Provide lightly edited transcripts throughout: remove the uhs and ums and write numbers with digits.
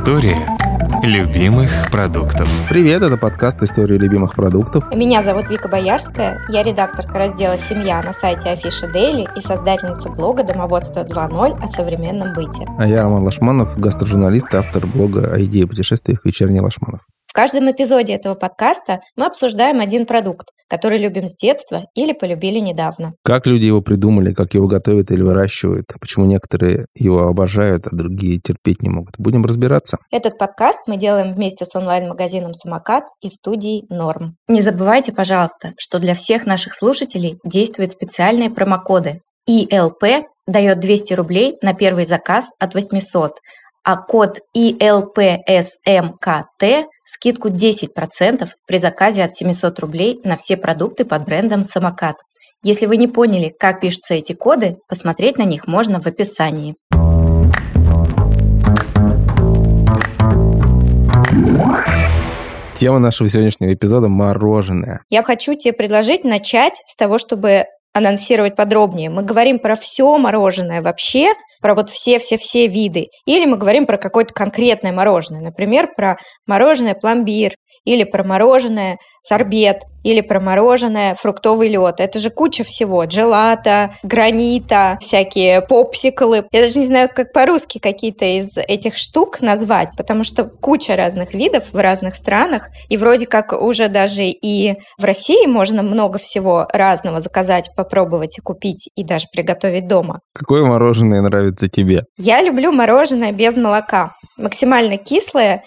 История любимых продуктов. Привет, это подкаст «История любимых продуктов». Меня зовут Вика Боярская, я редакторка раздела «Семья» на сайте Афиша Дейли и создательница блога «Домоводство 2.0» о современном быте. А я Роман Лашманов, гастрожурналист и автор блога о идее путешествиях «Вечерний Лашманов». В каждом эпизоде этого подкаста мы обсуждаем один продукт, который любим с детства или полюбили недавно. Как люди его придумали, как его готовят или выращивают, почему некоторые его обожают, а другие терпеть не могут. Будем разбираться. Этот подкаст мы делаем вместе с онлайн-магазином «Самокат» и студией «Норм». Не забывайте, пожалуйста, что для всех наших слушателей действуют специальные промокоды. ИЛП дает 200 рублей на первый заказ от 800, а код ИЛПСМКТ скидку 10% при заказе от 700 рублей на все продукты под брендом «Самокат». Если вы не поняли, как пишутся эти коды, посмотреть на них можно в описании. Тема нашего сегодняшнего эпизода – мороженое. Я хочу тебе предложить начать с того, чтобы анонсировать подробнее. Мы говорим про все мороженое вообще, про вот все виды, или мы говорим про какое-то конкретное мороженое, например, про мороженое пломбир, или про мороженое сорбет, или про мороженое фруктовый лед. Это же куча всего. Джелато, гранита, всякие попсиклы. Я даже не знаю, как по-русски какие-то из этих штук назвать, потому что куча разных видов в разных странах, и вроде как уже даже и в России можно много всего разного заказать, попробовать и купить, и даже приготовить дома. Какое мороженое нравится тебе? Я люблю мороженое без молока. Максимально кислое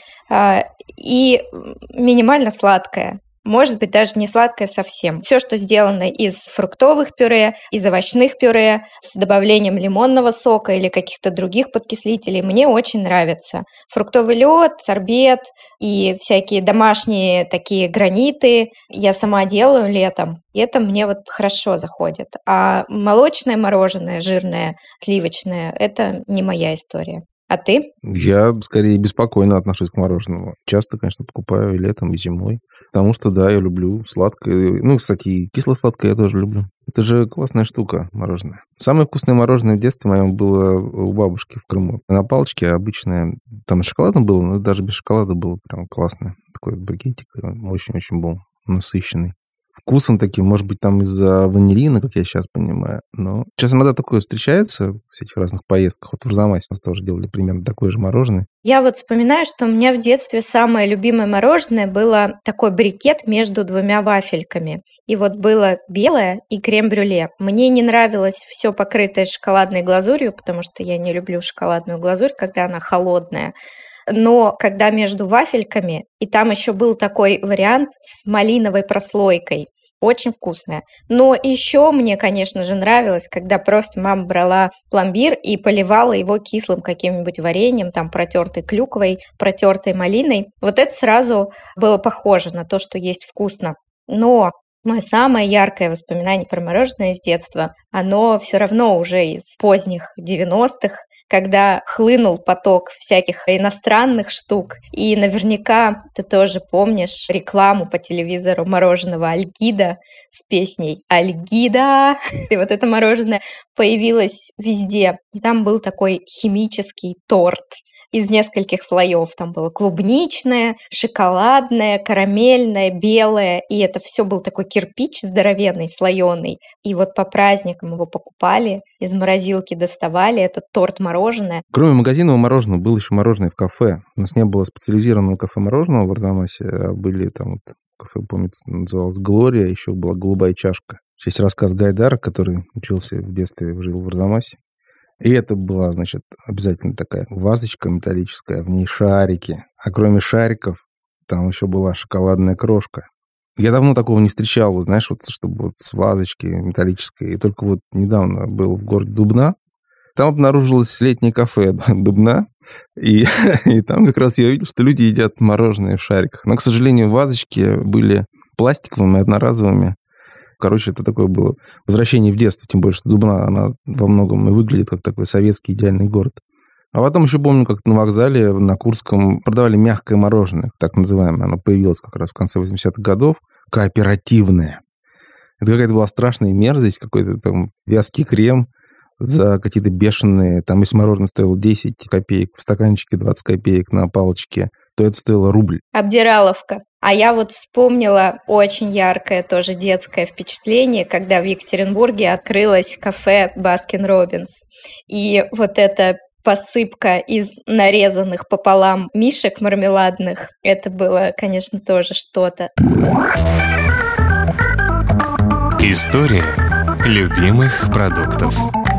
и минимально сладкое. Может быть, даже не сладкое совсем. Все, что сделано из фруктовых пюре, из овощных пюре, с добавлением лимонного сока или каких-то других подкислителей, мне очень нравится. Фруктовый лед, сорбет и всякие домашние такие граниты я сама делаю летом. И это мне вот хорошо заходит. А молочное мороженое, жирное, сливочное, это не моя история. А ты? Я скорее беспокойно отношусь к мороженому. Часто, конечно, покупаю и летом, и зимой. Потому что, да, я люблю сладкое. Ну, кстати, и кисло-сладкое я тоже люблю. Это же классная штука, мороженое. Самое вкусное мороженое в детстве моем было у бабушки в Крыму. На палочке обычное. Там с шоколадом было, но даже без шоколада было прям классно. Такой брикетик очень-очень был насыщенный. Вкусом таким, может быть, там из-за ванилина, как я сейчас понимаю. Но сейчас иногда такое встречается в этих разных поездках. Вот в Арзамасе нас тоже делали примерно такое же мороженое. Я вот вспоминаю, что у меня в детстве самое любимое мороженое было такой брикет между двумя вафельками. И вот было белое и крем-брюле. Мне не нравилось все покрытое шоколадной глазурью, потому что я не люблю шоколадную глазурь, когда она холодная. Но когда между вафельками, и там еще был такой вариант с малиновой прослойкой, очень вкусное. Но еще мне, конечно же, нравилось, когда просто мама брала пломбир и поливала его кислым каким-нибудь вареньем, там протертой клюквой, протертой малиной. Вот это сразу было похоже на то, что есть вкусно. Но мое самое яркое воспоминание про мороженое из детства, оно все равно уже из поздних 90-х, когда хлынул поток всяких иностранных штук. И наверняка ты тоже помнишь рекламу по телевизору мороженого Альгида с песней «Альгида». И вот это мороженое появилось везде. И там был такой химический торт из нескольких слоев. Там было клубничное, шоколадное, карамельное, белое. И это все был такой кирпич здоровенный, слоеный. И вот по праздникам его покупали, из морозилки доставали этот торт-мороженое. Кроме магазинного мороженого, было еще мороженое в кафе. У нас не было специализированного кафе мороженого в Арзамасе, а были там вот кафе, помнится, называлось «Глория», еще была «Голубая чашка». Есть рассказ Гайдара, который учился в детстве, жил в Арзамасе. И это была, значит, обязательно такая вазочка металлическая, в ней шарики. А кроме шариков, там еще была шоколадная крошка. Я давно такого не встречал, знаешь, вот чтобы вот с вазочки металлической. И только вот недавно был в городе Дубна. Там обнаружилось летнее кафе Дубна. И там как раз я увидел, что люди едят мороженое в шариках. Но, к сожалению, вазочки были пластиковыми, одноразовыми. Короче, это такое было возвращение в детство, тем более, что Дубна, она во многом и выглядит как такой советский идеальный город. А потом еще помню, как на вокзале на Курском продавали мягкое мороженое, так называемое. Оно появилось как раз в конце 80-х годов, кооперативное. Это какая-то была страшная мерзость, какой-то там вязкий крем, за какие-то бешеные, там, если мороженое стоило 10 копеек, в стаканчике 20 копеек на палочке, то это стоило рубль. Обдираловка. А я вот вспомнила очень яркое тоже детское впечатление, когда в Екатеринбурге открылось кафе Баскин Роббинс. И вот эта посыпка из нарезанных пополам мишек мармеладных, это было, конечно, тоже что-то. История любимых продуктов.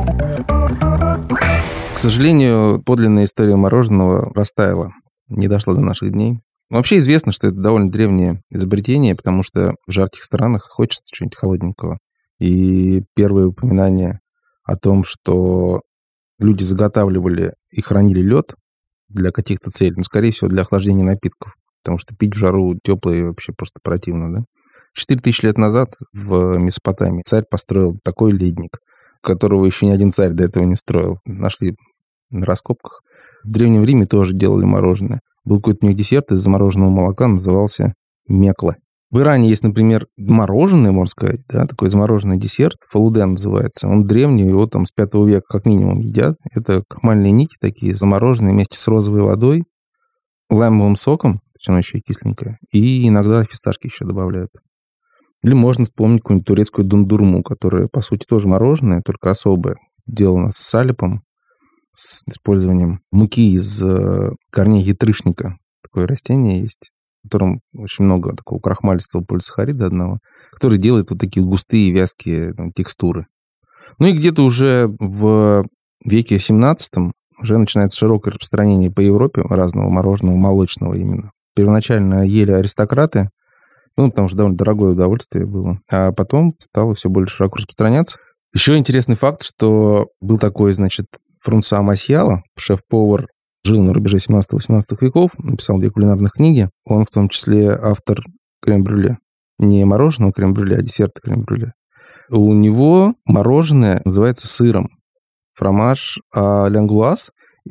К сожалению, подлинная история мороженого растаяла, не дошла до наших дней. Вообще известно, что это довольно древнее изобретение, потому что в жарких странах хочется чего-нибудь холодненького. И первые упоминания о том, что люди заготавливали и хранили лед для каких-то целей, ну, скорее всего, для охлаждения напитков, потому что пить в жару теплое вообще просто противно, да? 4000 лет назад в Месопотамии царь построил такой ледник, которого еще ни один царь до этого не строил. Нашли на раскопках. В Древнем Риме тоже делали мороженое. Был какой-то у них десерт из замороженного молока, назывался мекла. В Иране есть, например, мороженое, можно сказать, да, такой замороженный десерт, фалуден называется. Он древний, его там с 5 века как минимум едят. Это крахмальные нити такие, замороженные вместе с розовой водой, лаймовым соком, причем еще и кисленькое, и иногда фисташки еще добавляют. Или можно вспомнить какую-нибудь турецкую дундурму, которая, по сути, тоже мороженое, только особое. Сделано с салипом, с использованием муки из корней ятрышника. Такое растение есть, в котором очень много такого крахмалистого полисахарида одного, который делает вот такие густые, вязкие там, текстуры. Ну и где-то уже в веке 17 уже начинается широкое распространение по Европе разного мороженого, молочного именно. Первоначально ели аристократы, ну, потому что довольно дорогое удовольствие было. А потом стало все больше широко распространяться. Еще интересный факт, что был такой, значит, Франсуа Масьяло, шеф-повар, жил на рубеже 17-18 веков, написал 2 кулинарных книги. Он в том числе автор крем-брюле. Не мороженого крем-брюле, а десерта крем-брюле. У него мороженое называется сыром. Фромаж а l'angloise.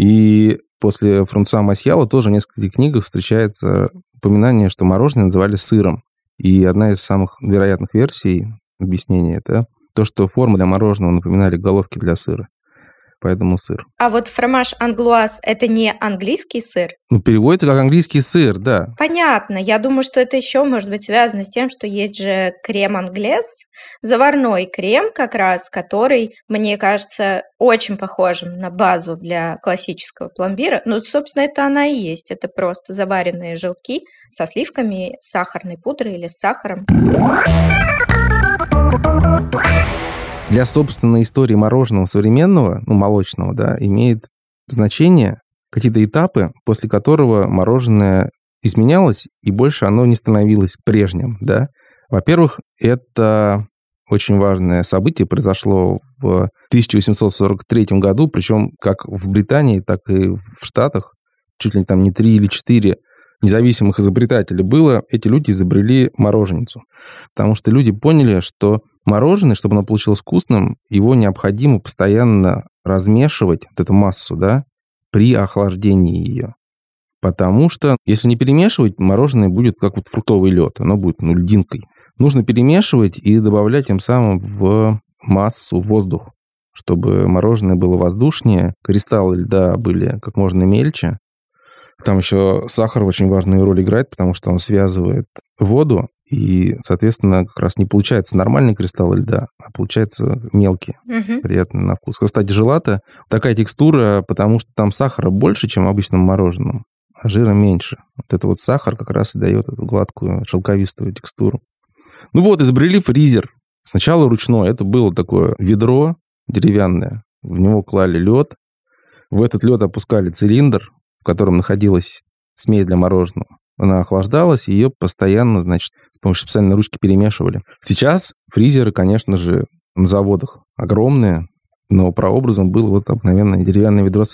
И после Франсуа Масьяло тоже в нескольких книгах встречается упоминание, что мороженое называли сыром. И одна из самых вероятных версий объяснения – это то, что формы для мороженого напоминали головки для сыра. Поэтому сыр. А вот фромаж англуаз – это не английский сыр? Ну, переводится как английский сыр, да. Понятно. Я думаю, что это еще может быть связано с тем, что есть же крем англез, заварной крем как раз, который, мне кажется, очень похожим на базу для классического пломбира. Ну, собственно, это она и есть. Это просто заваренные желтки со сливками, с сахарной пудрой или с сахаром. Для собственной истории мороженого современного, ну, молочного, да, имеет значение какие-то этапы, после которого мороженое изменялось, и больше оно не становилось прежним, да. Во-первых, это очень важное событие произошло в 1843 году, причем как в Британии, так и в Штатах, чуть ли не там не 3 или 4 независимых изобретателей было, эти люди изобрели мороженицу. Потому что люди поняли, что мороженое, чтобы оно получилось вкусным, его необходимо постоянно размешивать, вот эту массу, да, при охлаждении ее. Потому что, если не перемешивать, мороженое будет как вот фруктовый лед, оно будет, ну, льдинкой. Нужно перемешивать и добавлять тем самым в массу воздух, чтобы мороженое было воздушнее, кристаллы льда были как можно мельче. Там еще сахар очень важную роль играет, потому что он связывает воду, и, соответственно, как раз не получается нормальный кристалл льда, а получается мелкие, приятные на вкус. Кстати, желато такая текстура, потому что там сахара больше, чем в обычном мороженом, а жира меньше. Вот это вот сахар как раз и дает эту гладкую, шелковистую текстуру. Ну вот, изобрели фризер. Сначала ручной. Это было такое ведро деревянное. В него клали лед. В этот лед опускали цилиндр, в котором находилась смесь для мороженого. Она охлаждалась, и ее постоянно, значит, с помощью специальной ручки перемешивали. Сейчас фризеры, конечно же, на заводах огромные, но прообразом было вот обыкновенное деревянное ведро со льдом.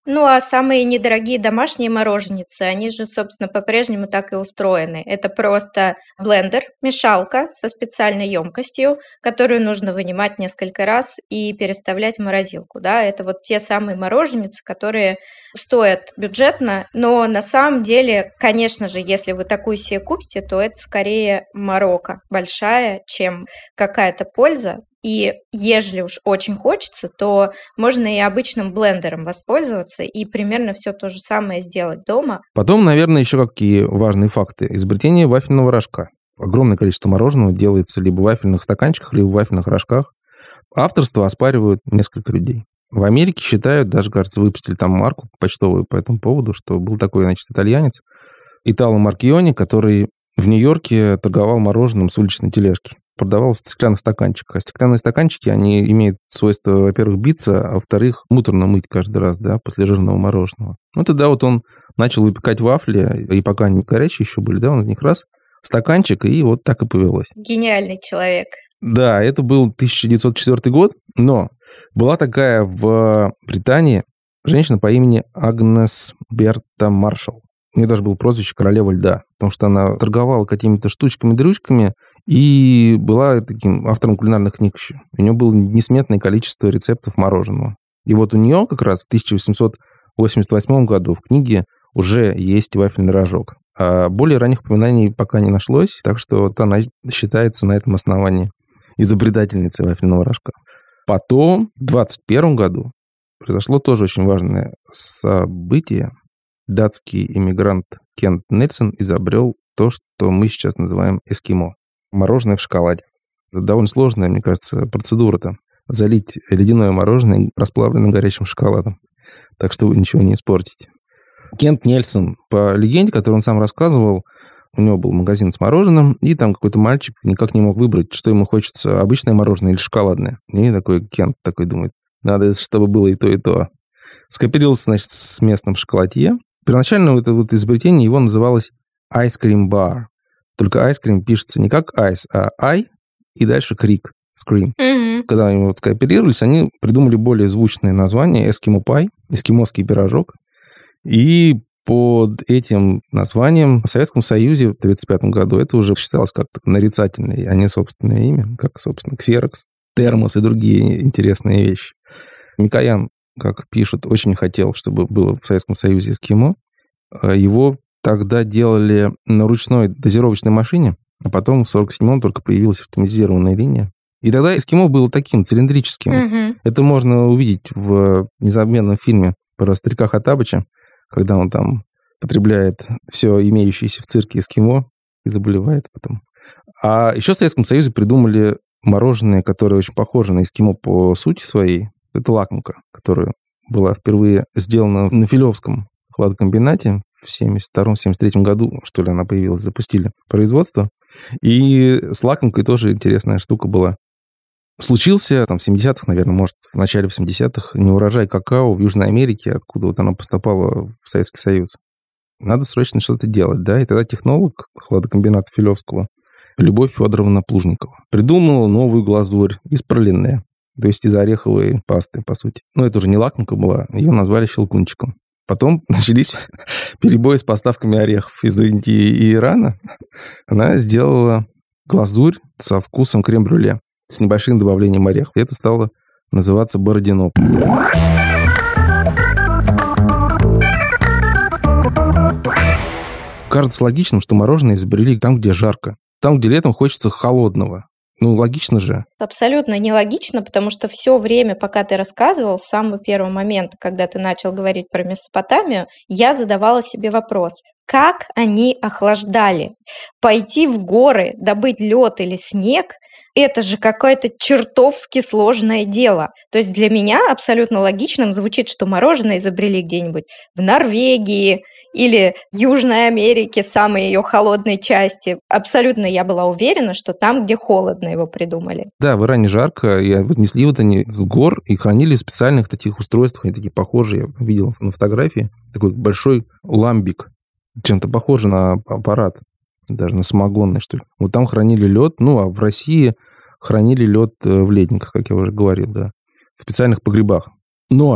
Ну, а самые недорогие домашние мороженицы, они же, собственно, по-прежнему так и устроены. Это просто блендер, мешалка со специальной емкостью, которую нужно вынимать несколько раз и переставлять в морозилку. Да? Это вот те самые мороженицы, которые стоят бюджетно, но на самом деле, конечно же, если вы такую себе купите, то это скорее морока большая, чем какая-то польза. И ежели уж очень хочется, то можно и обычным блендером воспользоваться и примерно все то же самое сделать дома. Потом, наверное, еще какие важные факты. Изобретение вафельного рожка. Огромное количество мороженого делается либо в вафельных стаканчиках, либо в вафельных рожках. Авторство оспаривают несколько людей. В Америке считают, даже, кажется, выпустили там марку почтовую по этому поводу, что был такой, значит, итальянец Итало Маркиони, который в Нью-Йорке торговал мороженым с уличной тележки. Продавал в стеклянных стаканчиках. А стеклянные стаканчики, они имеют свойство, во-первых, биться, а во-вторых, муторно мыть каждый раз, да, после жирного мороженого. Ну, тогда вот он начал выпекать вафли, и пока они горячие еще были, да, он в них раз, стаканчик, и вот так и повелось. Гениальный человек. Да, это был 1904 год, но была такая в Британии женщина по имени Агнес Берта Маршалл. У нее даже было прозвище «Королева льда», потому что она торговала какими-то штучками-дрючками и была таким автором кулинарных книг еще. У нее было несметное количество рецептов мороженого. И вот у нее как раз в 1888 году в книге уже есть вафельный рожок. А более ранних упоминаний пока не нашлось, так что вот она считается на этом основании изобретательницей вафельного рожка. Потом, в 1921 году, произошло тоже очень важное событие. Датский иммигрант Кент Нельсон изобрел то, что мы сейчас называем эскимо. Мороженое в шоколаде. Это довольно сложная, мне кажется, процедура-то. Залить ледяное мороженое расплавленным горячим шоколадом. Так что вы ничего не испортите. Кент Нельсон, по легенде, которую он сам рассказывал, у него был магазин с мороженым, и там какой-то мальчик никак не мог выбрать, что ему хочется, обычное мороженое или шоколадное. И такой Кент такой думает, надо, чтобы было и то, и то. Скооперировался, значит, с местным шоколадье. Первоначально это вот изобретение его называлось Ice Cream Bar. Только ice cream пишется не как ice, а I и дальше крик, scream. Мгм. Когда они вот скооперировались, они придумали более звучное название Eskimo Pie, эскимосский пирожок. И под этим названием в Советском Союзе в 1935 году это уже считалось как-то нарицательное, а не собственное имя, как, собственно, ксерокс, термос и другие интересные вещи. Микоян, как пишут, очень хотел, чтобы было в Советском Союзе эскимо. Его тогда делали на ручной дозировочной машине, а потом в 1947-м только появилась автоматизированная линия. И тогда эскимо было таким, цилиндрическим. Мгм. Это можно увидеть в незабвенном фильме про старика Хоттабыча, когда он там потребляет все имеющееся в цирке эскимо и заболевает потом. А еще в Советском Союзе придумали мороженое, которое очень похоже на эскимо по сути своей. Это лакомка, которая была впервые сделана на Филевском хладокомбинате в 1972-1973 году, что ли, она появилась, запустили производство. И с лакомкой тоже интересная штука была. Случился там в 70-х, наверное, может, в начале 80-х неурожай какао в Южной Америке, откуда вот оно поступало в Советский Союз. Надо срочно что-то делать, да? И тогда технолог хладокомбината Филевского Любовь Федоровна Плужникова придумала новую глазурь из пралине, то есть из ореховой пасты, по сути. Но это уже не лакомка была, ее назвали щелкунчиком. Потом начались перебои с поставками орехов из Индии и Ирана. Она сделала глазурь со вкусом крем-брюле, с небольшим добавлением орехов. И это стало называться Бородино. Кажется логичным, что мороженое изобрели там, где жарко. Там, где летом хочется холодного. Ну, логично же. Абсолютно нелогично, потому что все время, пока ты рассказывал, с самого первого момента, когда ты начал говорить про Месопотамию, я задавала себе вопрос, как они охлаждали? Пойти в горы, добыть лед или снег – это же какое-то чертовски сложное дело. То есть для меня абсолютно логичным звучит, что мороженое изобрели где-нибудь в Норвегии, или Южной Америке, самой ее холодной части. Абсолютно я была уверена, что там, где холодно, его придумали. Да, в Иране жарко, и вот несли вот они с гор и хранили в специальных таких устройствах, они такие похожие, я видел на фотографии, такой большой ламбик, чем-то похожий на аппарат, даже на самогонный, что ли. Вот там хранили лед, ну, а в России хранили лед в ледниках, как я уже говорил, да, в специальных погребах. Но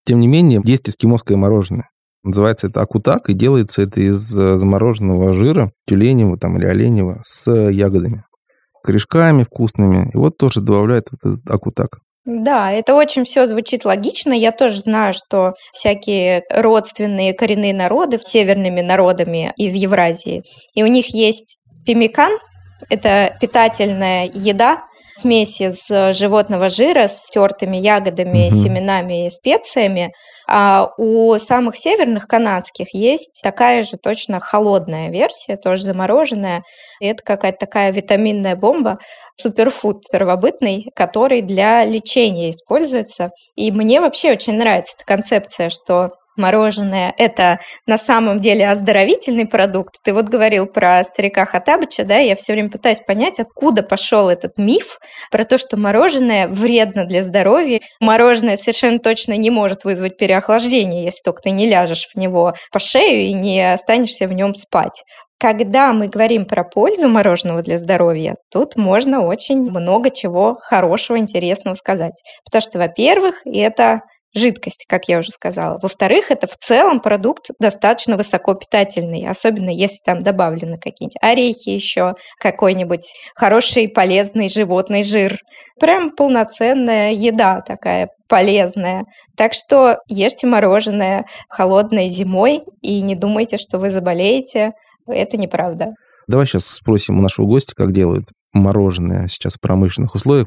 Тем не менее, есть эскимосское мороженое. Называется это акутак, и делается это из замороженного жира, тюленевого там, или оленевого, с ягодами, корешками вкусными. И вот тоже добавляют вот этот акутак. Да, это очень все звучит логично. Я тоже знаю, что всякие родственные коренные народы с северными народами из Евразии, и у них есть пемикан, это питательная еда, смесь из животного жира с тертыми ягодами, семенами и специями. А у самых северных канадских есть такая же точно холодная версия, тоже замороженная. И это какая-то такая витаминная бомба, суперфуд первобытный, который для лечения используется. И мне вообще очень нравится эта концепция, что мороженое – это на самом деле оздоровительный продукт. Ты вот говорил про старика Хоттабыча, да, я все время пытаюсь понять, откуда пошел этот миф про то, что мороженое вредно для здоровья. Мороженое совершенно точно не может вызвать переохлаждение, если только ты не ляжешь в него по шею и не останешься в нем спать. Когда мы говорим про пользу мороженого для здоровья, тут можно очень много чего хорошего, интересного сказать. Потому что, во-первых, это жидкость, как я уже сказала. Во-вторых, это в целом продукт достаточно высокопитательный, особенно если там добавлены какие-нибудь орехи еще, какой-нибудь хороший полезный животный жир. Прям полноценная еда такая полезная. Так что ешьте мороженое холодное зимой и не думайте, что вы заболеете. Это неправда. Давай сейчас спросим у нашего гостя, как делают мороженое сейчас в промышленных условиях.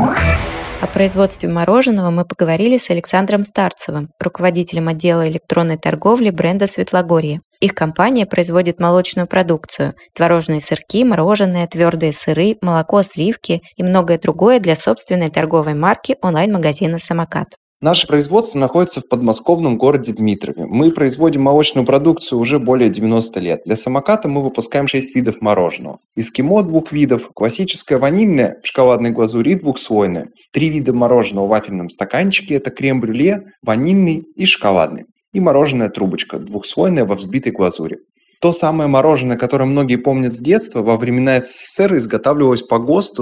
О производстве мороженого мы поговорили с Александром Старцевым, руководителем отдела электронной торговли бренда «Светлогорье». Их компания производит молочную продукцию – творожные сырки, мороженое, твердые сыры, молоко, сливки и многое другое для собственной торговой марки онлайн-магазина «Самокат». Наше производство находится в подмосковном городе Дмитрове. Мы производим молочную продукцию уже более 90 лет. Для самоката мы выпускаем 6 видов мороженого. Эскимо 2 видов, классическое ванильное в шоколадной глазури и 2-слойное. 3 вида мороженого в вафельном стаканчике – это крем-брюле, ванильный и шоколадный. И мороженое трубочка, 2-слойное во взбитой глазури. То самое мороженое, которое многие помнят с детства, во времена СССР изготавливалось по ГОСТу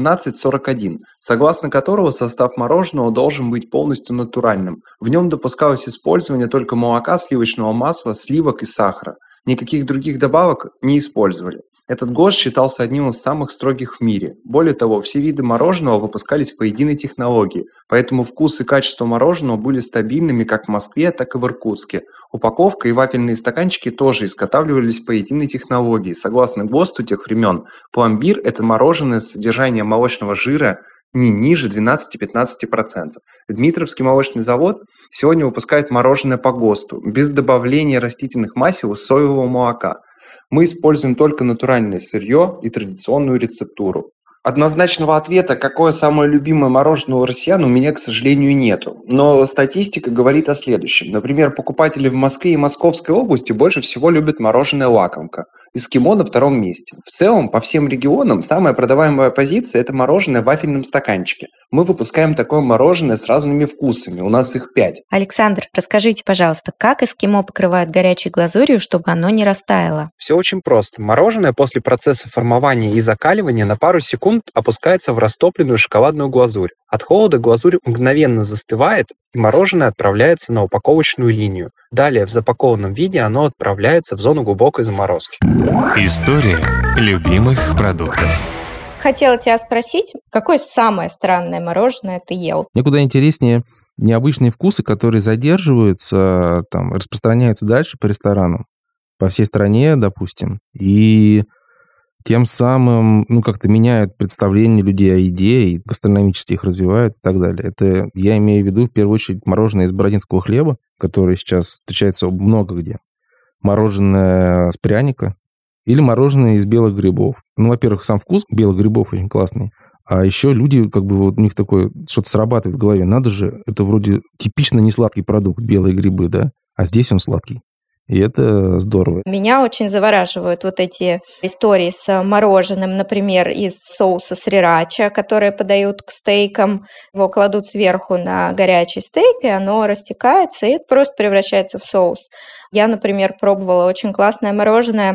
11741, согласно которого состав мороженого должен быть полностью натуральным. В нем допускалось использование только молока, сливочного масла, сливок и сахара. Никаких других добавок не использовали. Этот ГОСТ считался одним из самых строгих в мире. Более того, все виды мороженого выпускались по единой технологии, поэтому вкус и качество мороженого были стабильными как в Москве, так и в Иркутске. Упаковка и вафельные стаканчики тоже изготавливались по единой технологии. Согласно ГОСТу тех времен, пломбир – это мороженое с содержанием молочного жира не ниже 12-15%. Дмитровский молочный завод сегодня выпускает мороженое по ГОСТу, без добавления растительных масел и соевого молока. Мы используем только натуральное сырье и традиционную рецептуру. Однозначного ответа, какое самое любимое мороженое у россиян, у меня, к сожалению, нету. Но статистика говорит о следующем. Например, покупатели в Москве и Московской области больше всего любят мороженое «Лакомка». Эскимо на 2-м месте. В целом, по всем регионам самая продаваемая позиция – это мороженое в вафельном стаканчике. Мы выпускаем такое мороженое с разными вкусами, у нас их 5. Александр, расскажите, пожалуйста, как эскимо покрывают горячей глазурью, чтобы оно не растаяло? Все очень просто. Мороженое после процесса формования и закаливания на пару секунд опускается в растопленную шоколадную глазурь. От холода глазурь мгновенно застывает, и мороженое отправляется на упаковочную линию. Далее в запакованном виде оно отправляется в зону глубокой заморозки. История любимых продуктов. Хотела тебя спросить, какое самое странное мороженое ты ел? Мне куда интереснее необычные вкусы, которые задерживаются, там, распространяются дальше по ресторанам, по всей стране, допустим, и тем самым, как-то меняют представление людей о еде, и гастрономически их развивают и так далее. Это я имею в виду, в первую очередь, мороженое из бородинского хлеба, которое сейчас встречается много где. Мороженое с пряника или мороженое из белых грибов. Во-первых, сам вкус белых грибов очень классный, а еще люди, у них такое, что-то срабатывает в голове. Надо же, это вроде типично несладкий продукт, белые грибы, да? А здесь он сладкий. И это здорово. Меня очень завораживают вот эти истории с мороженым, например, из соуса срирача, которые подают к стейкам. Его кладут сверху на горячий стейк, и оно растекается, и это просто превращается в соус. Я, например, пробовала очень классное мороженое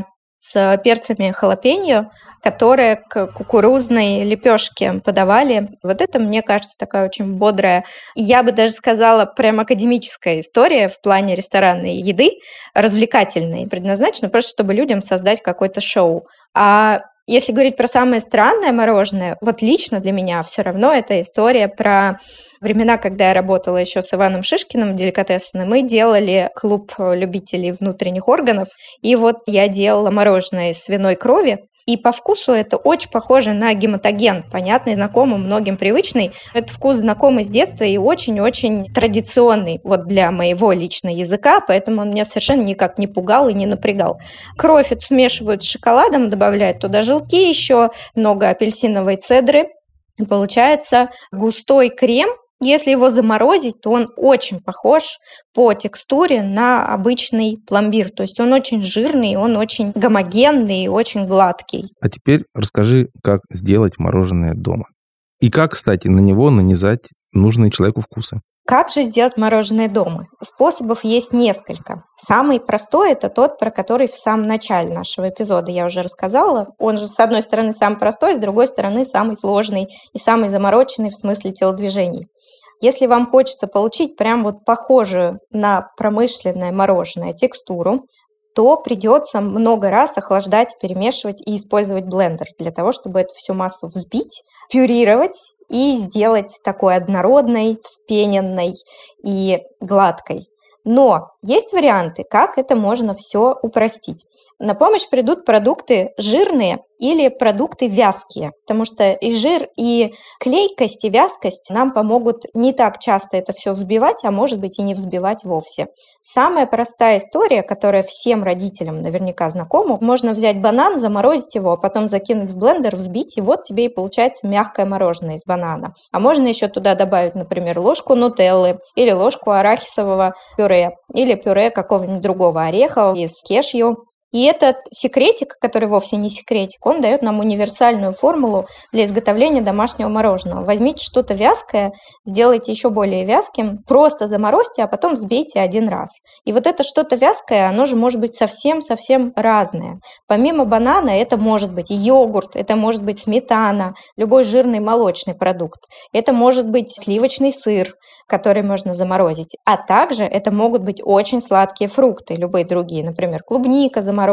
с перцами халапеньо, которые к кукурузной лепешке подавали. Вот это, мне кажется, такая очень бодрая, я бы даже сказала, прям академическая история в плане ресторанной еды, развлекательной, предназначена просто, чтобы людям создать какое-то шоу. А если говорить про самое странное мороженое, вот лично для меня все равно это история про времена, когда я работала еще с Иваном Шишкиным, деликатесом, мы делали клуб любителей внутренних органов, и вот я делала мороженое из свиной крови, и по вкусу это очень похоже на гематоген, понятный, знакомый, многим привычный. Это вкус знакомый с детства и очень-очень традиционный вот для моего личного языка, поэтому он меня совершенно никак не пугал и не напрягал. Кровь эту смешивают с шоколадом, добавляют туда желтки еще, много апельсиновой цедры. И получается густой крем. Если его заморозить, то он очень похож по текстуре на обычный пломбир. То есть он очень жирный, он очень гомогенный и очень гладкий. А теперь расскажи, как сделать мороженое дома. И как, кстати, на него нанизать нужные человеку вкусы. Как же сделать мороженое дома? Способов есть несколько. Самый простой – это тот, про который в самом начале нашего эпизода я уже рассказала. Он же, с одной стороны, самый простой, с другой стороны, самый сложный и самый замороченный в смысле телодвижений. Если вам хочется получить прям вот похожую на промышленное мороженое текстуру, то придется много раз охлаждать, перемешивать и использовать блендер для того, чтобы эту всю массу взбить, пюрировать и сделать такой однородной, вспененной и гладкой. Но есть варианты, как это можно все упростить. На помощь придут продукты жирные или продукты вязкие, потому что и жир, и клейкость, и вязкость нам помогут не так часто это все взбивать, а может быть и не взбивать вовсе. Самая простая история, которая всем родителям наверняка знакома, можно взять банан, заморозить его, а потом закинуть в блендер, взбить, и вот тебе и получается мягкое мороженое из банана. А можно еще туда добавить, например, ложку нутеллы или ложку арахисового пюре, или пюре какого-нибудь другого ореха из кешью. И этот секретик, который вовсе не секретик, он дает нам универсальную формулу для изготовления домашнего мороженого. Возьмите что-то вязкое, сделайте еще более вязким, просто заморозьте, а потом взбейте один раз. И вот это что-то вязкое, оно же может быть совсем-совсем разное. Помимо банана это может быть йогурт, это может быть сметана, любой жирный молочный продукт. Это может быть сливочный сыр, который можно заморозить. А также это могут быть очень сладкие фрукты, любые другие, например, клубника замороженная.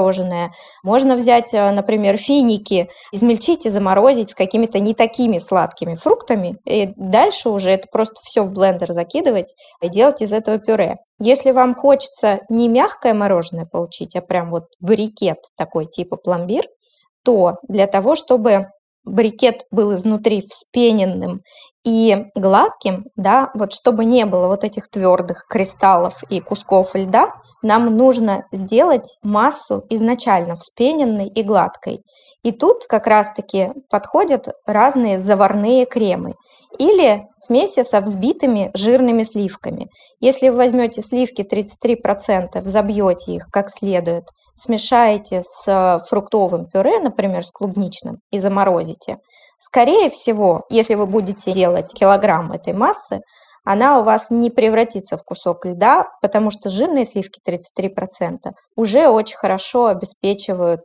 Можно взять, например, финики, измельчить и заморозить с какими-то не такими сладкими фруктами. И дальше уже это просто все в блендер закидывать и делать из этого пюре. Если вам хочется не мягкое мороженое получить, а прям вот брикет такой типа пломбир, то для того, чтобы брикет был изнутри вспененным и гладким, да, вот чтобы не было вот этих твердых кристаллов и кусков льда, нам нужно сделать массу изначально вспененной и гладкой. И тут как раз-таки подходят разные заварные кремы или смеси со взбитыми жирными сливками. Если вы возьмете сливки 33%, взобьете их как следует, смешаете с фруктовым пюре, например, с клубничным, и заморозите, скорее всего, если вы будете делать килограмм этой массы, она у вас не превратится в кусок льда, потому что жирные сливки 33% уже очень хорошо обеспечивают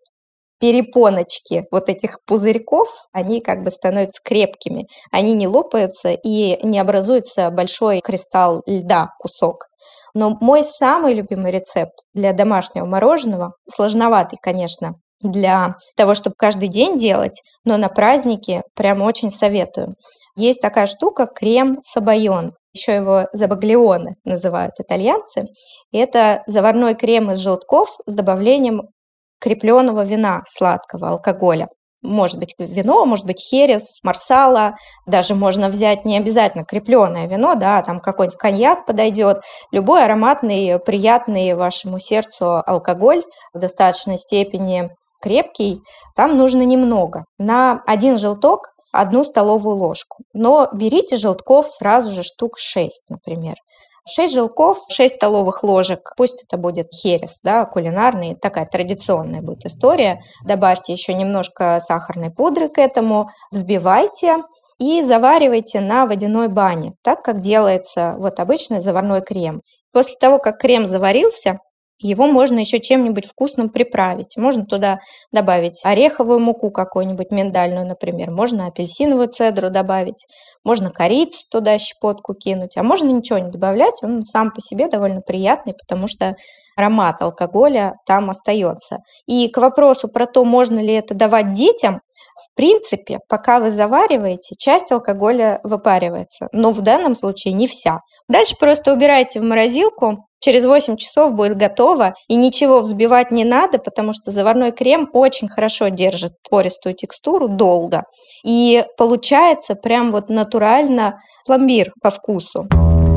перепоночки вот этих пузырьков, они как бы становятся крепкими, они не лопаются и не образуется большой кристалл льда, кусок. Но мой самый любимый рецепт для домашнего мороженого, сложноватый, конечно, для того, чтобы каждый день делать, но на праздники прям очень советую. Есть такая штука крем-сабайон, еще его забаглионе называют итальянцы. Это заварной крем из желтков с добавлением крепленого вина сладкого, алкоголя. Может быть вино, может быть херес, марсала, даже можно взять не обязательно крепленое вино, да, там какой-нибудь коньяк подойдет, любой ароматный, приятный вашему сердцу алкоголь в достаточной степени крепкий, там нужно немного. На один желток 1 столовую ложку, но берите желтков сразу же штук 6, например. 6 желтков, 6 столовых ложек, пусть это будет херес, да, кулинарный, такая традиционная будет история. Добавьте еще немножко сахарной пудры к этому, взбивайте и заваривайте на водяной бане, так как делается вот обычный заварной крем. После того, как крем заварился, Его можно еще чем-нибудь вкусным приправить. Можно туда добавить ореховую муку какую-нибудь, миндальную, например. Можно апельсиновую цедру добавить. Можно корицы туда щепотку кинуть. А можно ничего не добавлять. Он сам по себе довольно приятный, потому что аромат алкоголя там остается. И к вопросу про то, можно ли это давать детям, в принципе, пока вы завариваете, часть алкоголя выпаривается. Но в данном случае не вся. Дальше просто убираете в морозилку. Через 8 часов будет готово, и ничего взбивать не надо, потому что заварной крем очень хорошо держит пористую текстуру долго. И получается прям вот натурально пломбир по вкусу.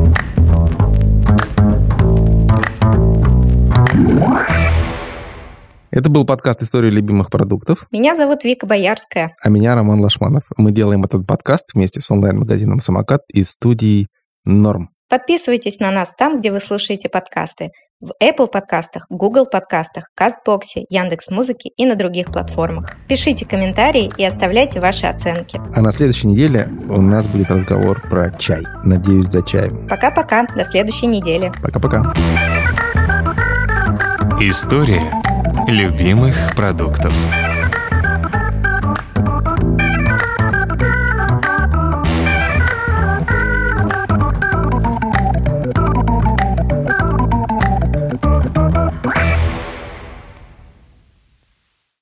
Это был подкаст «История любимых продуктов». Меня зовут Вика Боярская. А меня Роман Лашманов. Мы делаем этот подкаст вместе с онлайн-магазином «Самокат» из студии «Норм». Подписывайтесь на нас там, где вы слушаете подкасты. В Apple подкастах, Google подкастах, Кастбоксе, Яндекс.Музыке и на других платформах. Пишите комментарии и оставляйте ваши оценки. А на следующей неделе у нас будет разговор про чай. Надеюсь, за чаем. Пока-пока. До следующей недели. Пока-пока. История любимых продуктов.